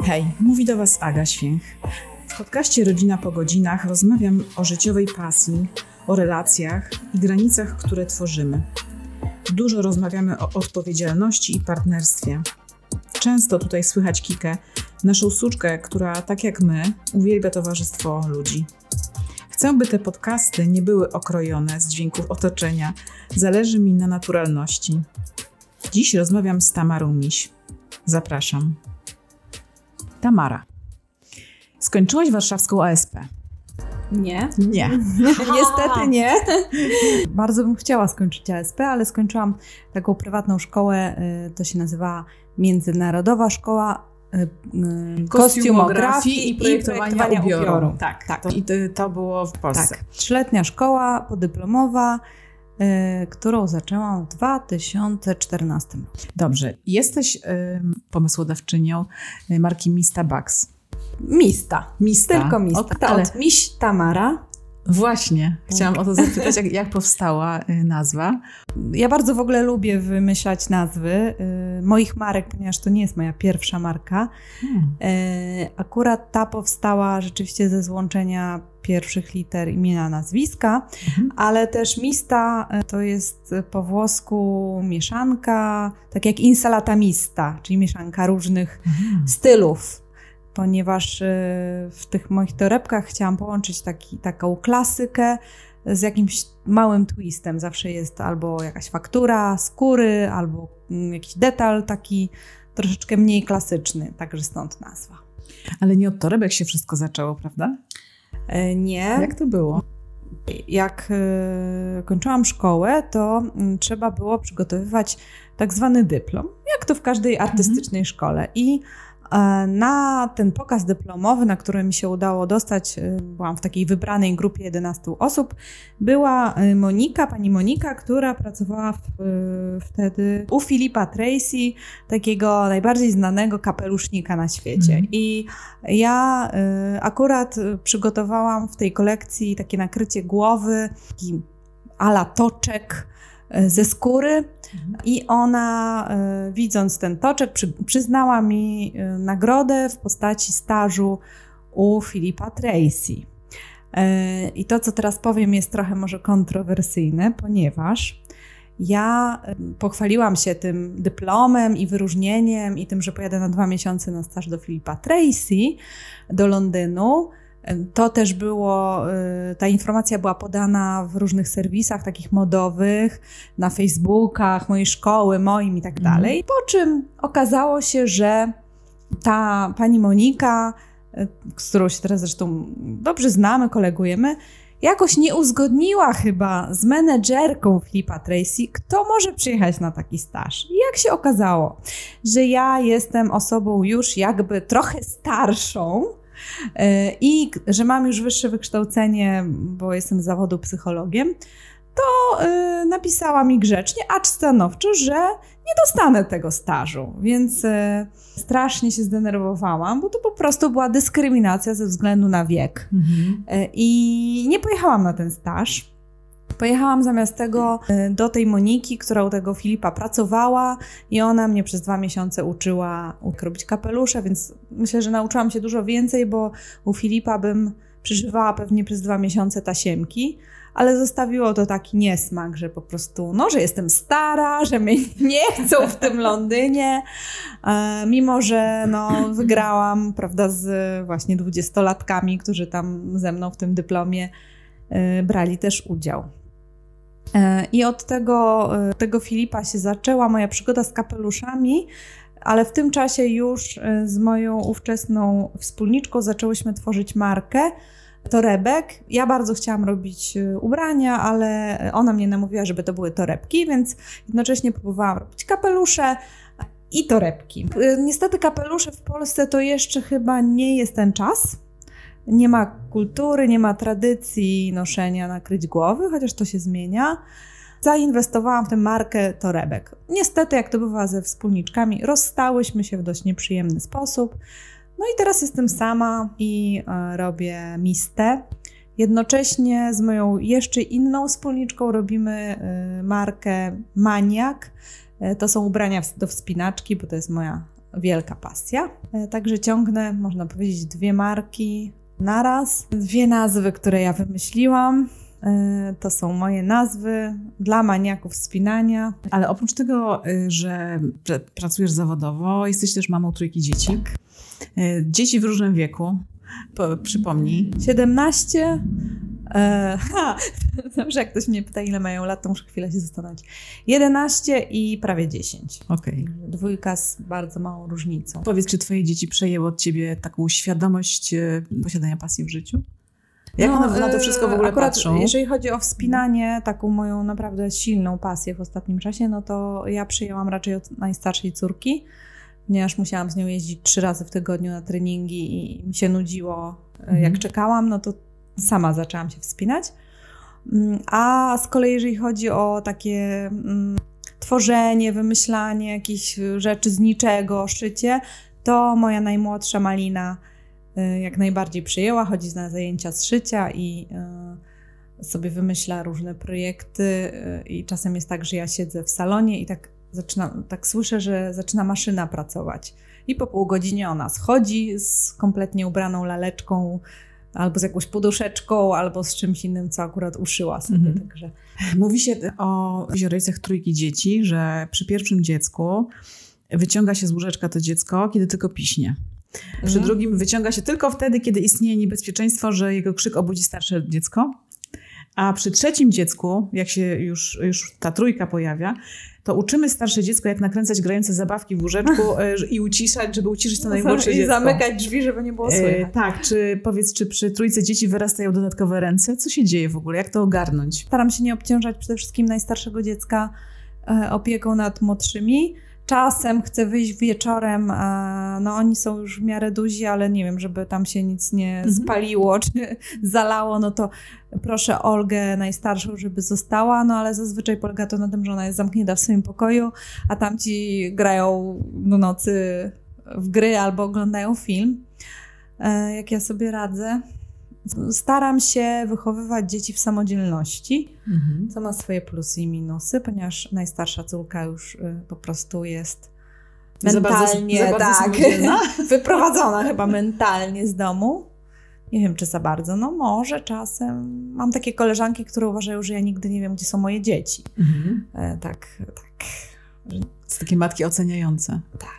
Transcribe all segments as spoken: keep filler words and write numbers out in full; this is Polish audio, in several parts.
Hej, mówi do Was Aga Święch. W podcaście Rodzina po godzinach rozmawiam o życiowej pasji, o relacjach i granicach, które tworzymy. Dużo rozmawiamy o odpowiedzialności i partnerstwie. Często tutaj słychać Kikę, naszą suczkę, która tak jak my uwielbia towarzystwo ludzi. Chcę, by te podcasty nie były okrojone z dźwięków otoczenia. Zależy mi na naturalności. Dziś rozmawiam z Tamarą Miś. Zapraszam. Tamara. Skończyłaś warszawską A S P. Nie. Nie. Niestety nie. Bardzo bym chciała skończyć A S P, ale skończyłam taką prywatną szkołę, to się nazywa Międzynarodowa Szkoła Kostiumografii, Kostiumografii i Projektowania, i projektowania ubioru. ubioru. Tak, tak. To, I to, to było w Polsce. Tak. Trzyletnia szkoła podyplomowa, y, którą zaczęłam w dwa tysiące czternastym roku. Dobrze. Jesteś y, pomysłodawczynią marki Mista Bugs. Mista. Mista. Tylko Mista. Od, ale... od Miś Tamara. Właśnie. Chciałam o to zapytać, jak, jak powstała nazwa. Ja bardzo w ogóle lubię wymyślać nazwy y, moich marek, ponieważ to nie jest moja pierwsza marka. Hmm. Y, akurat ta powstała rzeczywiście ze złączenia pierwszych liter imienia, nazwiska, hmm. ale też Mista y, to jest po włosku mieszanka, tak jak insalata mista, czyli mieszanka różnych hmm. stylów. Ponieważ w tych moich torebkach chciałam połączyć taki, taką klasykę z jakimś małym twistem. Zawsze jest albo jakaś faktura skóry, albo jakiś detal taki troszeczkę mniej klasyczny. Także stąd nazwa. Ale nie od torebek się wszystko zaczęło, prawda? Nie. Jak to było? Jak kończyłam szkołę, to trzeba było przygotowywać tak zwany dyplom, jak to w każdej artystycznej mhm. szkole. I na ten pokaz dyplomowy, na który mi się udało dostać, byłam w takiej wybranej grupie jedenastu osób, była Monika, pani Monika, która pracowała w, wtedy u Philippa Treacy, takiego najbardziej znanego kapelusznika na świecie. Mm. I ja akurat przygotowałam w tej kolekcji takie nakrycie głowy, taki a la toczek ze skóry. I ona, y, widząc ten toczek, przy, przyznała mi y, nagrodę w postaci stażu u Philippa Treacy. Y, I to, co teraz powiem, jest trochę może kontrowersyjne, ponieważ ja y, pochwaliłam się tym dyplomem i wyróżnieniem i tym, że pojadę na dwa miesiące na staż do Philippa Treacy, do Londynu. To też było, ta informacja była podana w różnych serwisach takich modowych, na Facebookach mojej szkoły, moim i tak dalej. Po czym okazało się, że ta pani Monika, z którą się teraz zresztą dobrze znamy, kolegujemy, jakoś nie uzgodniła chyba z menedżerką Philippa Treacy, kto może przyjechać na taki staż. I jak się okazało, że ja jestem osobą już jakby trochę starszą, i że mam już wyższe wykształcenie, bo jestem z zawodu psychologiem, to y, napisała mi grzecznie, acz stanowczo, że nie dostanę tego stażu. Więc y, strasznie się zdenerwowałam, bo to po prostu była dyskryminacja ze względu na wiek. Mhm. Y, I nie pojechałam na ten staż. Pojechałam zamiast tego do tej Moniki, która u tego Filipa pracowała i ona mnie przez dwa miesiące uczyła robić kapelusze, więc myślę, że nauczyłam się dużo więcej, bo u Filipa bym przeżywała pewnie przez dwa miesiące tasiemki, ale zostawiło to taki niesmak, że po prostu, no, że jestem stara, że mnie nie chcą w tym Londynie, e, mimo że no, wygrałam, prawda, z właśnie dwudziestolatkami, którzy tam ze mną w tym dyplomie e, brali też udział. I od tego, tego Filipa się zaczęła moja przygoda z kapeluszami, ale w tym czasie już z moją ówczesną wspólniczką zaczęłyśmy tworzyć markę torebek. Ja bardzo chciałam robić ubrania, ale ona mnie namówiła, żeby to były torebki, więc jednocześnie próbowałam robić kapelusze i torebki. Niestety kapelusze w Polsce to jeszcze chyba nie jest ten czas. Nie ma kultury, nie ma tradycji noszenia nakryć głowy, chociaż to się zmienia. Zainwestowałam w tę markę torebek. Niestety, jak to bywa ze wspólniczkami, rozstałyśmy się w dość nieprzyjemny sposób. No i teraz jestem sama i e, robię Mistę. Jednocześnie z moją jeszcze inną wspólniczką robimy e, markę Maniak. E, to są ubrania do wspinaczki, bo to jest moja wielka pasja. Także ciągnę, można powiedzieć, dwie marki naraz. Dwie nazwy, które ja wymyśliłam. To są moje nazwy dla maniaków wspinania. Ale oprócz tego, że pracujesz zawodowo, jesteś też mamą trójki dzieci. Tak. Dzieci w różnym wieku. Po, przypomnij. siedemnaście. E, ha, zawsze jak ktoś mnie pyta, ile mają lat, to muszę chwilę się zastanowić. jedenaście i prawie dziesięć. Okej. Okay. Dwójka z bardzo małą różnicą. Powiedz, czy twoje dzieci przejęły od ciebie taką świadomość posiadania pasji w życiu? Jak no, one na to wszystko w ogóle akurat, patrzą? Jeżeli chodzi o wspinanie, taką moją naprawdę silną pasję w ostatnim czasie, no to ja przyjęłam raczej od najstarszej córki, ponieważ musiałam z nią jeździć trzy razy w tygodniu na treningi i mi się nudziło, mhm. jak czekałam, no to sama zaczęłam się wspinać. A z kolei jeżeli chodzi o takie mm, tworzenie, wymyślanie jakichś rzeczy z niczego, szycie, to moja najmłodsza Malina y, jak najbardziej przyjęła, chodzi na zajęcia z szycia i y, sobie wymyśla różne projekty y, i czasem jest tak, że ja siedzę w salonie i tak zaczyna, tak słyszę, że zaczyna maszyna pracować i po pół godzinie ona schodzi z kompletnie ubraną laleczką, albo z jakąś poduszeczką, albo z czymś innym, co akurat uszyła sobie. Mhm. Także. Mówi się o rodzicach trójki dzieci, że przy pierwszym dziecku wyciąga się z łóżeczka to dziecko, kiedy tylko piśnie. Przy mhm. drugim wyciąga się tylko wtedy, kiedy istnieje niebezpieczeństwo, że jego krzyk obudzi starsze dziecko. A przy trzecim dziecku, jak się już, już ta trójka pojawia, to uczymy starsze dziecko, jak nakręcać grające zabawki w łóżeczku i uciszać, żeby uciszyć to najmłodsze I dziecko. I zamykać drzwi, żeby nie było słychać. E, tak, czy powiedz, czy przy trójce dzieci wyrastają dodatkowe ręce? Co się dzieje w ogóle? Jak to ogarnąć? Staram się nie obciążać przede wszystkim najstarszego dziecka e, opieką nad młodszymi. Czasem chcę wyjść wieczorem, a no oni są już w miarę duzi, ale nie wiem, żeby tam się nic nie mhm. spaliło czy zalało, no to proszę Olgę najstarszą, żeby została, no ale zazwyczaj polega to na tym, że ona jest zamknięta w swoim pokoju, a tamci grają do nocy w gry albo oglądają film, jak ja sobie radzę. Staram się wychowywać dzieci w samodzielności, mhm. co ma swoje plusy i minusy, ponieważ najstarsza córka już y, po prostu jest mentalnie za bardzo, za bardzo tak, wyprowadzona chyba mentalnie z domu. Nie wiem, czy za bardzo, no może czasem. Mam takie koleżanki, które uważają, że ja nigdy nie wiem, gdzie są moje dzieci. Mhm. E, tak, tak. To takie matki oceniające. Tak.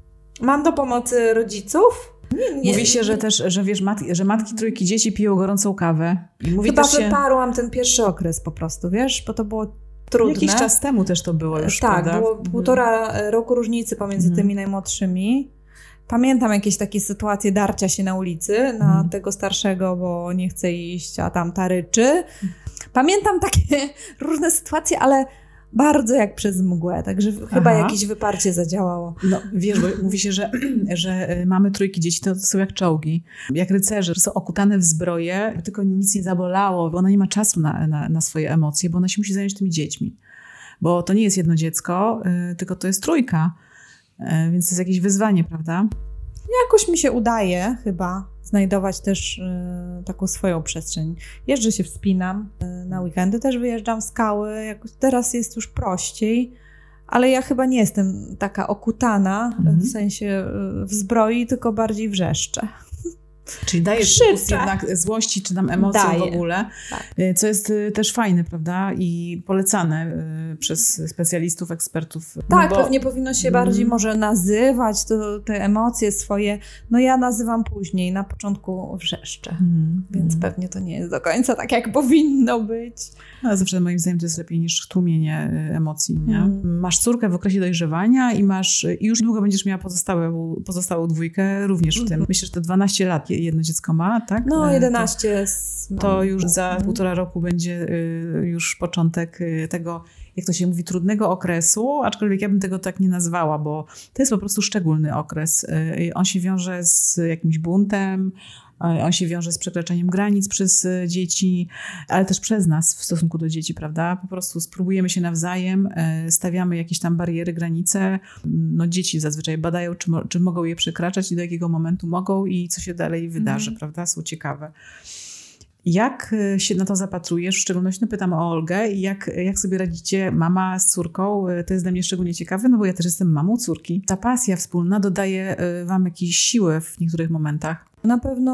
Mam do pomocy rodziców. Nie, nie. Mówi się, że też, że wiesz, matki, że matki trójki dzieci piją gorącą kawę. I mówi Chyba też się... wyparłam ten pierwszy okres po prostu, wiesz, bo to było trudne. Jakiś czas temu też to było już, tak, prawda? było półtora roku różnicy pomiędzy hmm. tymi najmłodszymi. Pamiętam jakieś takie sytuacje darcia się na ulicy na hmm. tego starszego, bo nie chce iść, a tamta ryczy. Pamiętam takie różne sytuacje, ale bardzo jak przez mgłę, także Aha. chyba jakieś wyparcie zadziałało. No wiesz, bo mówi się, że, że mamy trójki dzieci, to są jak czołgi, jak rycerze, że są okutane w zbroję, tylko nic nie zabolało, bo ona nie ma czasu na, na, na swoje emocje, bo ona się musi zająć tymi dziećmi. Bo to nie jest jedno dziecko, yy, tylko to jest trójka, yy, więc to jest jakieś wyzwanie, prawda? Jakoś mi się udaje chyba znajdować też y, taką swoją przestrzeń. Jeżdżę się wspinam, y, na weekendy też wyjeżdżam w skały, jakoś teraz jest już prościej, ale ja chyba nie jestem taka okutana, mhm. w sensie y, w zbroi, tylko bardziej wrzeszczę. Czyli dajesz Krzyczę. jednak złości, czy tam emocje w ogóle, tak. co jest też fajne, prawda? I polecane przez specjalistów, ekspertów. Tak, no bo... pewnie powinno się bardziej może nazywać to, te emocje swoje. No ja nazywam później, na początku wrzeszczę, mm. więc mm. pewnie to nie jest do końca tak, jak powinno być. No, zawsze moim zdaniem to jest lepiej niż tłumienie emocji, nie? Mm. Masz córkę w okresie dojrzewania i masz i już długo będziesz miała pozostałe, pozostałą dwójkę również w tym. Mm. Myślę, że to dwanaście lat jedno dziecko ma, tak? No jedenaście. To, to już za półtora roku będzie y, już początek y, tego, jak to się mówi, trudnego okresu, aczkolwiek ja bym tego tak nie nazwała, bo to jest po prostu szczególny okres. Y, on się wiąże z jakimś buntem, on się wiąże z przekraczaniem granic przez dzieci, ale też przez nas w stosunku do dzieci, prawda? Po prostu spróbujemy się nawzajem, stawiamy jakieś tam bariery, granice. No dzieci zazwyczaj badają, czy, mo- czy mogą je przekraczać i do jakiego momentu mogą i co się dalej wydarzy, mm. prawda? Są ciekawe. Jak się na to zapatrujesz? W szczególności no, pytam o Olgę. Jak, jak sobie radzicie mama z córką? To jest dla mnie szczególnie ciekawe, no bo ja też jestem mamą córki. Ta pasja wspólna dodaje wam jakieś siły w niektórych momentach. Na pewno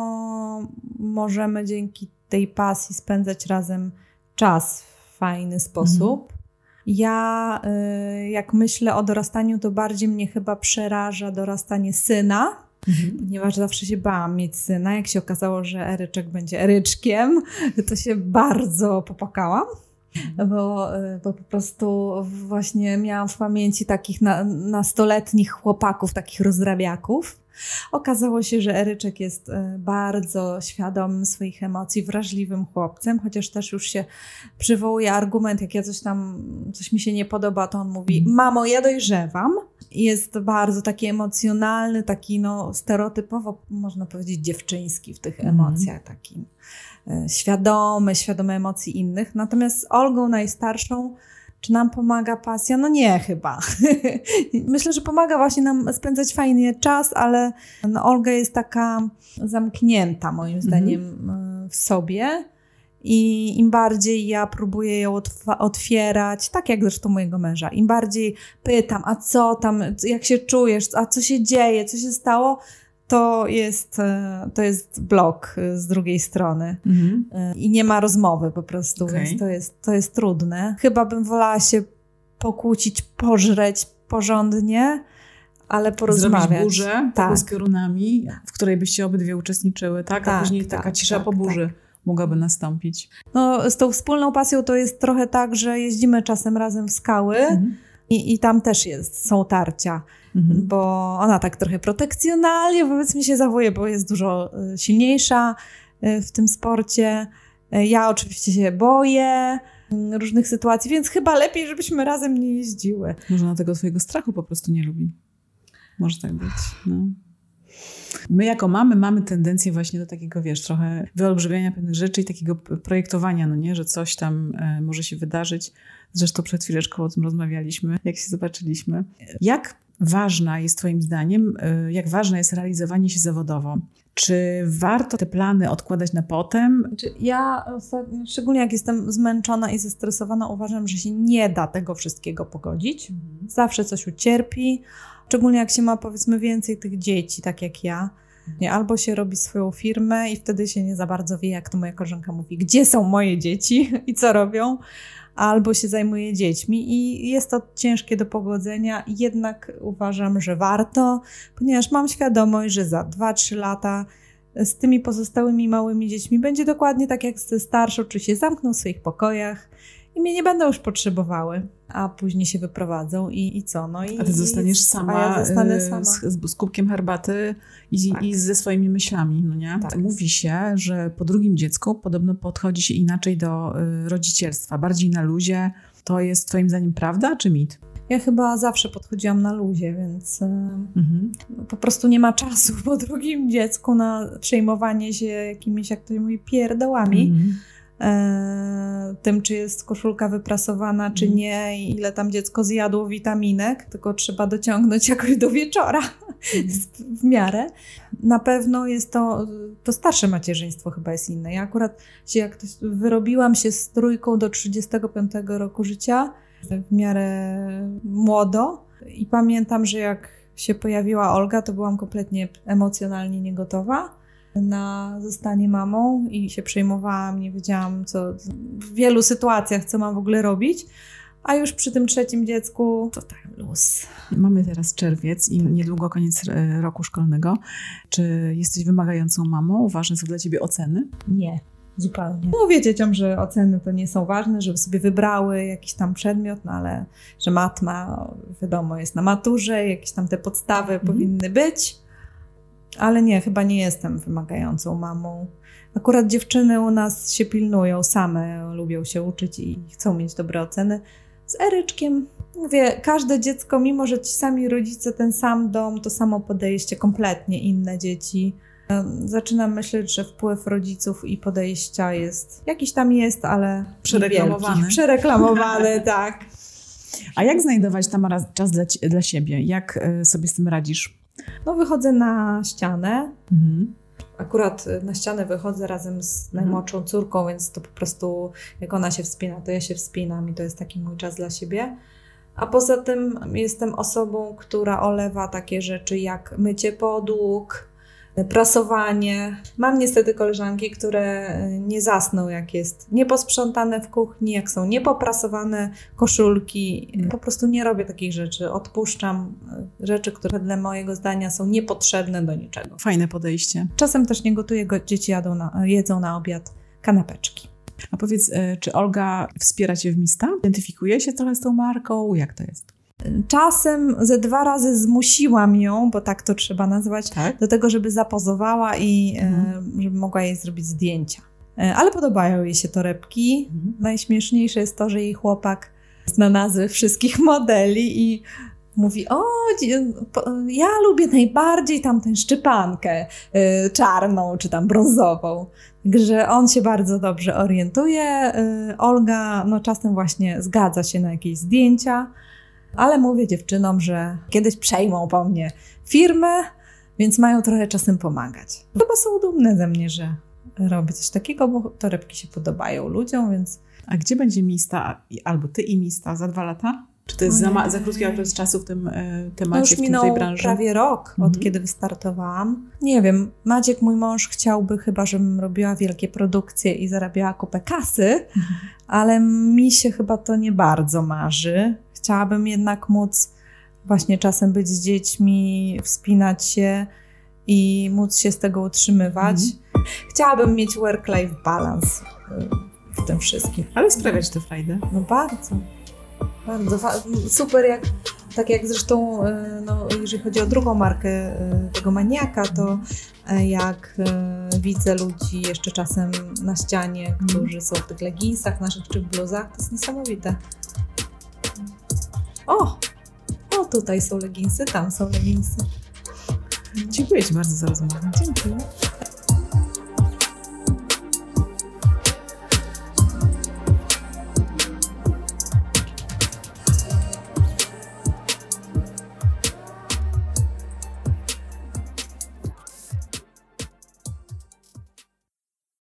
możemy dzięki tej pasji spędzać razem czas w fajny sposób. Mhm. Ja, jak myślę o dorastaniu, to bardziej mnie chyba przeraża dorastanie syna, mhm. ponieważ zawsze się bałam mieć syna. Jak się okazało, że Eryczek będzie Eryczkiem, to się bardzo popłakałam, mhm. bo, bo po prostu właśnie miałam w pamięci takich na, nastoletnich chłopaków, takich rozrabiaków. Okazało się, że Eryczek jest bardzo świadomym swoich emocji, wrażliwym chłopcem, chociaż też już się przywołuje argument, jak ja coś tam, coś mi się nie podoba, to on mówi, mamo, ja dojrzewam. Jest bardzo taki emocjonalny, taki no stereotypowo, można powiedzieć, dziewczyński w tych mm. emocjach, taki świadomy, świadomy emocji innych. Natomiast z Olgą najstarszą, czy nam pomaga pasja? No nie chyba. Myślę, że pomaga właśnie nam spędzać fajnie czas, ale no Olga jest taka zamknięta moim zdaniem mm-hmm. w sobie i im bardziej ja próbuję ją otw- otwierać, tak jak zresztą mojego męża, im bardziej pytam, a co tam, jak się czujesz, a co się dzieje, co się stało, to jest, to jest blok z drugiej strony mhm. i nie ma rozmowy po prostu, okay. więc to jest, to jest trudne. Chyba bym wolała się pokłócić, pożreć porządnie, ale porozmawiać. Zrobić burzę tak. z piorunami, w której byście obydwie uczestniczyły, tak? A tak, później tak, taka cisza tak, po burzy tak. mogłaby nastąpić. No, z tą wspólną pasją to jest trochę tak, że jeździmy czasem razem w skały mhm. i, i tam też jest, są tarcia. Mhm. Bo ona tak trochę protekcjonalnie wobec mnie się zachowuje, bo jest dużo silniejsza w tym sporcie. Ja oczywiście się boję różnych sytuacji, więc chyba lepiej, żebyśmy razem nie jeździły. Może ona tego twojego strachu po prostu nie lubi. Może tak być, no. My jako mamy mamy tendencję właśnie do takiego, wiesz, trochę wyolbrzymiania pewnych rzeczy i takiego projektowania, no nie, że coś tam e, może się wydarzyć. Zresztą przed chwileczką o tym rozmawialiśmy, jak się zobaczyliśmy. Jak ważna jest twoim zdaniem, e, jak ważne jest realizowanie się zawodowo? Czy warto te plany odkładać na potem? Ja, szczególnie jak jestem zmęczona i zestresowana, uważam, że się nie da tego wszystkiego pogodzić. Mhm. Zawsze coś ucierpi. Szczególnie jak się ma, powiedzmy, więcej tych dzieci, tak jak ja. Nie, albo się robi swoją firmę i wtedy się nie za bardzo wie, jak to moja koleżanka mówi, gdzie są moje dzieci i co robią, albo się zajmuje dziećmi i jest to ciężkie do pogodzenia. Jednak uważam, że warto, ponieważ mam świadomość, że za dwa trzy lata z tymi pozostałymi małymi dziećmi będzie dokładnie tak jak ze starszą, czy się zamkną w swoich pokojach i mnie nie będą już potrzebowały, a później się wyprowadzą i, i co? No i, a ty zostaniesz sama, a ja zostanę sama. Z, z kubkiem herbaty i, tak. i ze swoimi myślami, no nie? Tak. Mówi się, że po drugim dziecku podobno podchodzi się inaczej do y, rodzicielstwa, bardziej na luzie. To jest twoim zdaniem prawda czy mit? Ja chyba zawsze podchodziłam na luzie, więc y, mhm. po prostu nie ma czasu po drugim dziecku na przejmowanie się jakimiś, jak to mówi, pierdołami. Mhm. E, tym, czy jest koszulka wyprasowana, czy mm. nie, i ile tam dziecko zjadło witaminek, tylko trzeba dociągnąć jakoś do wieczora mm. w miarę. Na pewno jest to, to starsze macierzyństwo chyba jest inne. Ja akurat się, jak to, wyrobiłam się z trójką do trzydziestego piątego roku życia, w miarę młodo i pamiętam, że jak się pojawiła Olga, to byłam kompletnie emocjonalnie niegotowa na zostanie mamą i się przejmowałam, nie wiedziałam co, w wielu sytuacjach, co mam w ogóle robić, a już przy tym trzecim dziecku to tak luz. Mamy teraz czerwiec i niedługo koniec roku szkolnego. Czy jesteś wymagającą mamą? Ważne są dla ciebie oceny? Nie, zupełnie. Mówię dzieciom, że oceny to nie są ważne, żeby sobie wybrały jakiś tam przedmiot, no ale że matma, wiadomo, jest na maturze, jakieś tam te podstawy mhm. powinny być. Ale nie, chyba nie jestem wymagającą mamą. Akurat dziewczyny u nas się pilnują, same lubią się uczyć i chcą mieć dobre oceny. Z Eryczkiem, mówię, każde dziecko, mimo że ci sami rodzice, ten sam dom, to samo podejście, kompletnie inne dzieci. Zaczynam myśleć, że wpływ rodziców i podejścia jest, jakiś tam jest, ale przereklamowany. Niewielki. Przereklamowany, tak. A jak znajdować, Tamara, czas dla, dla siebie? Jak sobie z tym radzisz? No wychodzę na ścianę, mhm. akurat na ścianę wychodzę razem z najmłodszą córką, więc to po prostu jak ona się wspina, to ja się wspinam i to jest taki mój czas dla siebie. A poza tym jestem osobą, która olewa takie rzeczy jak mycie podłóg, prasowanie. Mam niestety koleżanki, które nie zasną, jak jest nieposprzątane w kuchni, jak są niepoprasowane koszulki. Po prostu nie robię takich rzeczy. Odpuszczam rzeczy, które dla mojego zdania są niepotrzebne do niczego. Fajne podejście. Czasem też nie gotuję, dzieci jadą na, jedzą na obiad kanapeczki. A powiedz, czy Olga wspiera Cię w Mista? Identyfikuje się trochę z tą marką? Jak to jest? Czasem ze dwa razy zmusiłam ją, bo tak to trzeba nazwać, tak? do tego, żeby zapozowała i mhm. e, żeby mogła jej zrobić zdjęcia. E, ale podobają jej się torebki. Mhm. Najśmieszniejsze jest to, że jej chłopak zna nazwy wszystkich modeli i mówi, o, ja lubię najbardziej tamtę szczypankę y, czarną czy tam brązową. Także on się bardzo dobrze orientuje. Y, Olga no czasem właśnie zgadza się na jakieś zdjęcia, ale mówię dziewczynom, że kiedyś przejmą po mnie firmę, więc mają trochę czasem pomagać. Chyba są dumne ze mnie, że robię coś takiego, bo torebki się podobają ludziom, więc... A gdzie będzie Mista, albo ty i Mista za dwa lata? Czy to jest za, ma- za krótki okres czasu w tym y, temacie, no już w tym, minął tej branży? Prawie rok mhm. od kiedy wystartowałam. Nie wiem, Maciek, mój mąż, chciałby chyba, żebym robiła wielkie produkcje i zarabiała kupę kasy, mhm. ale mi się chyba to nie bardzo marzy. Chciałabym jednak móc właśnie czasem być z dziećmi, wspinać się i móc się z tego utrzymywać. Mhm. Chciałabym mieć work-life balance w tym wszystkim. Ale sprawiać to frajdę. No bardzo. Bardzo super, jak, tak jak zresztą, no, jeżeli chodzi o drugą markę tego maniaka, to jak widzę ludzi jeszcze czasem na ścianie, którzy są w tych leginsach naszych czy w bluzach, to jest niesamowite. O, o tutaj są leginsy, tam są leginsy. Dziękuję Ci bardzo za rozmowę. Dziękuję.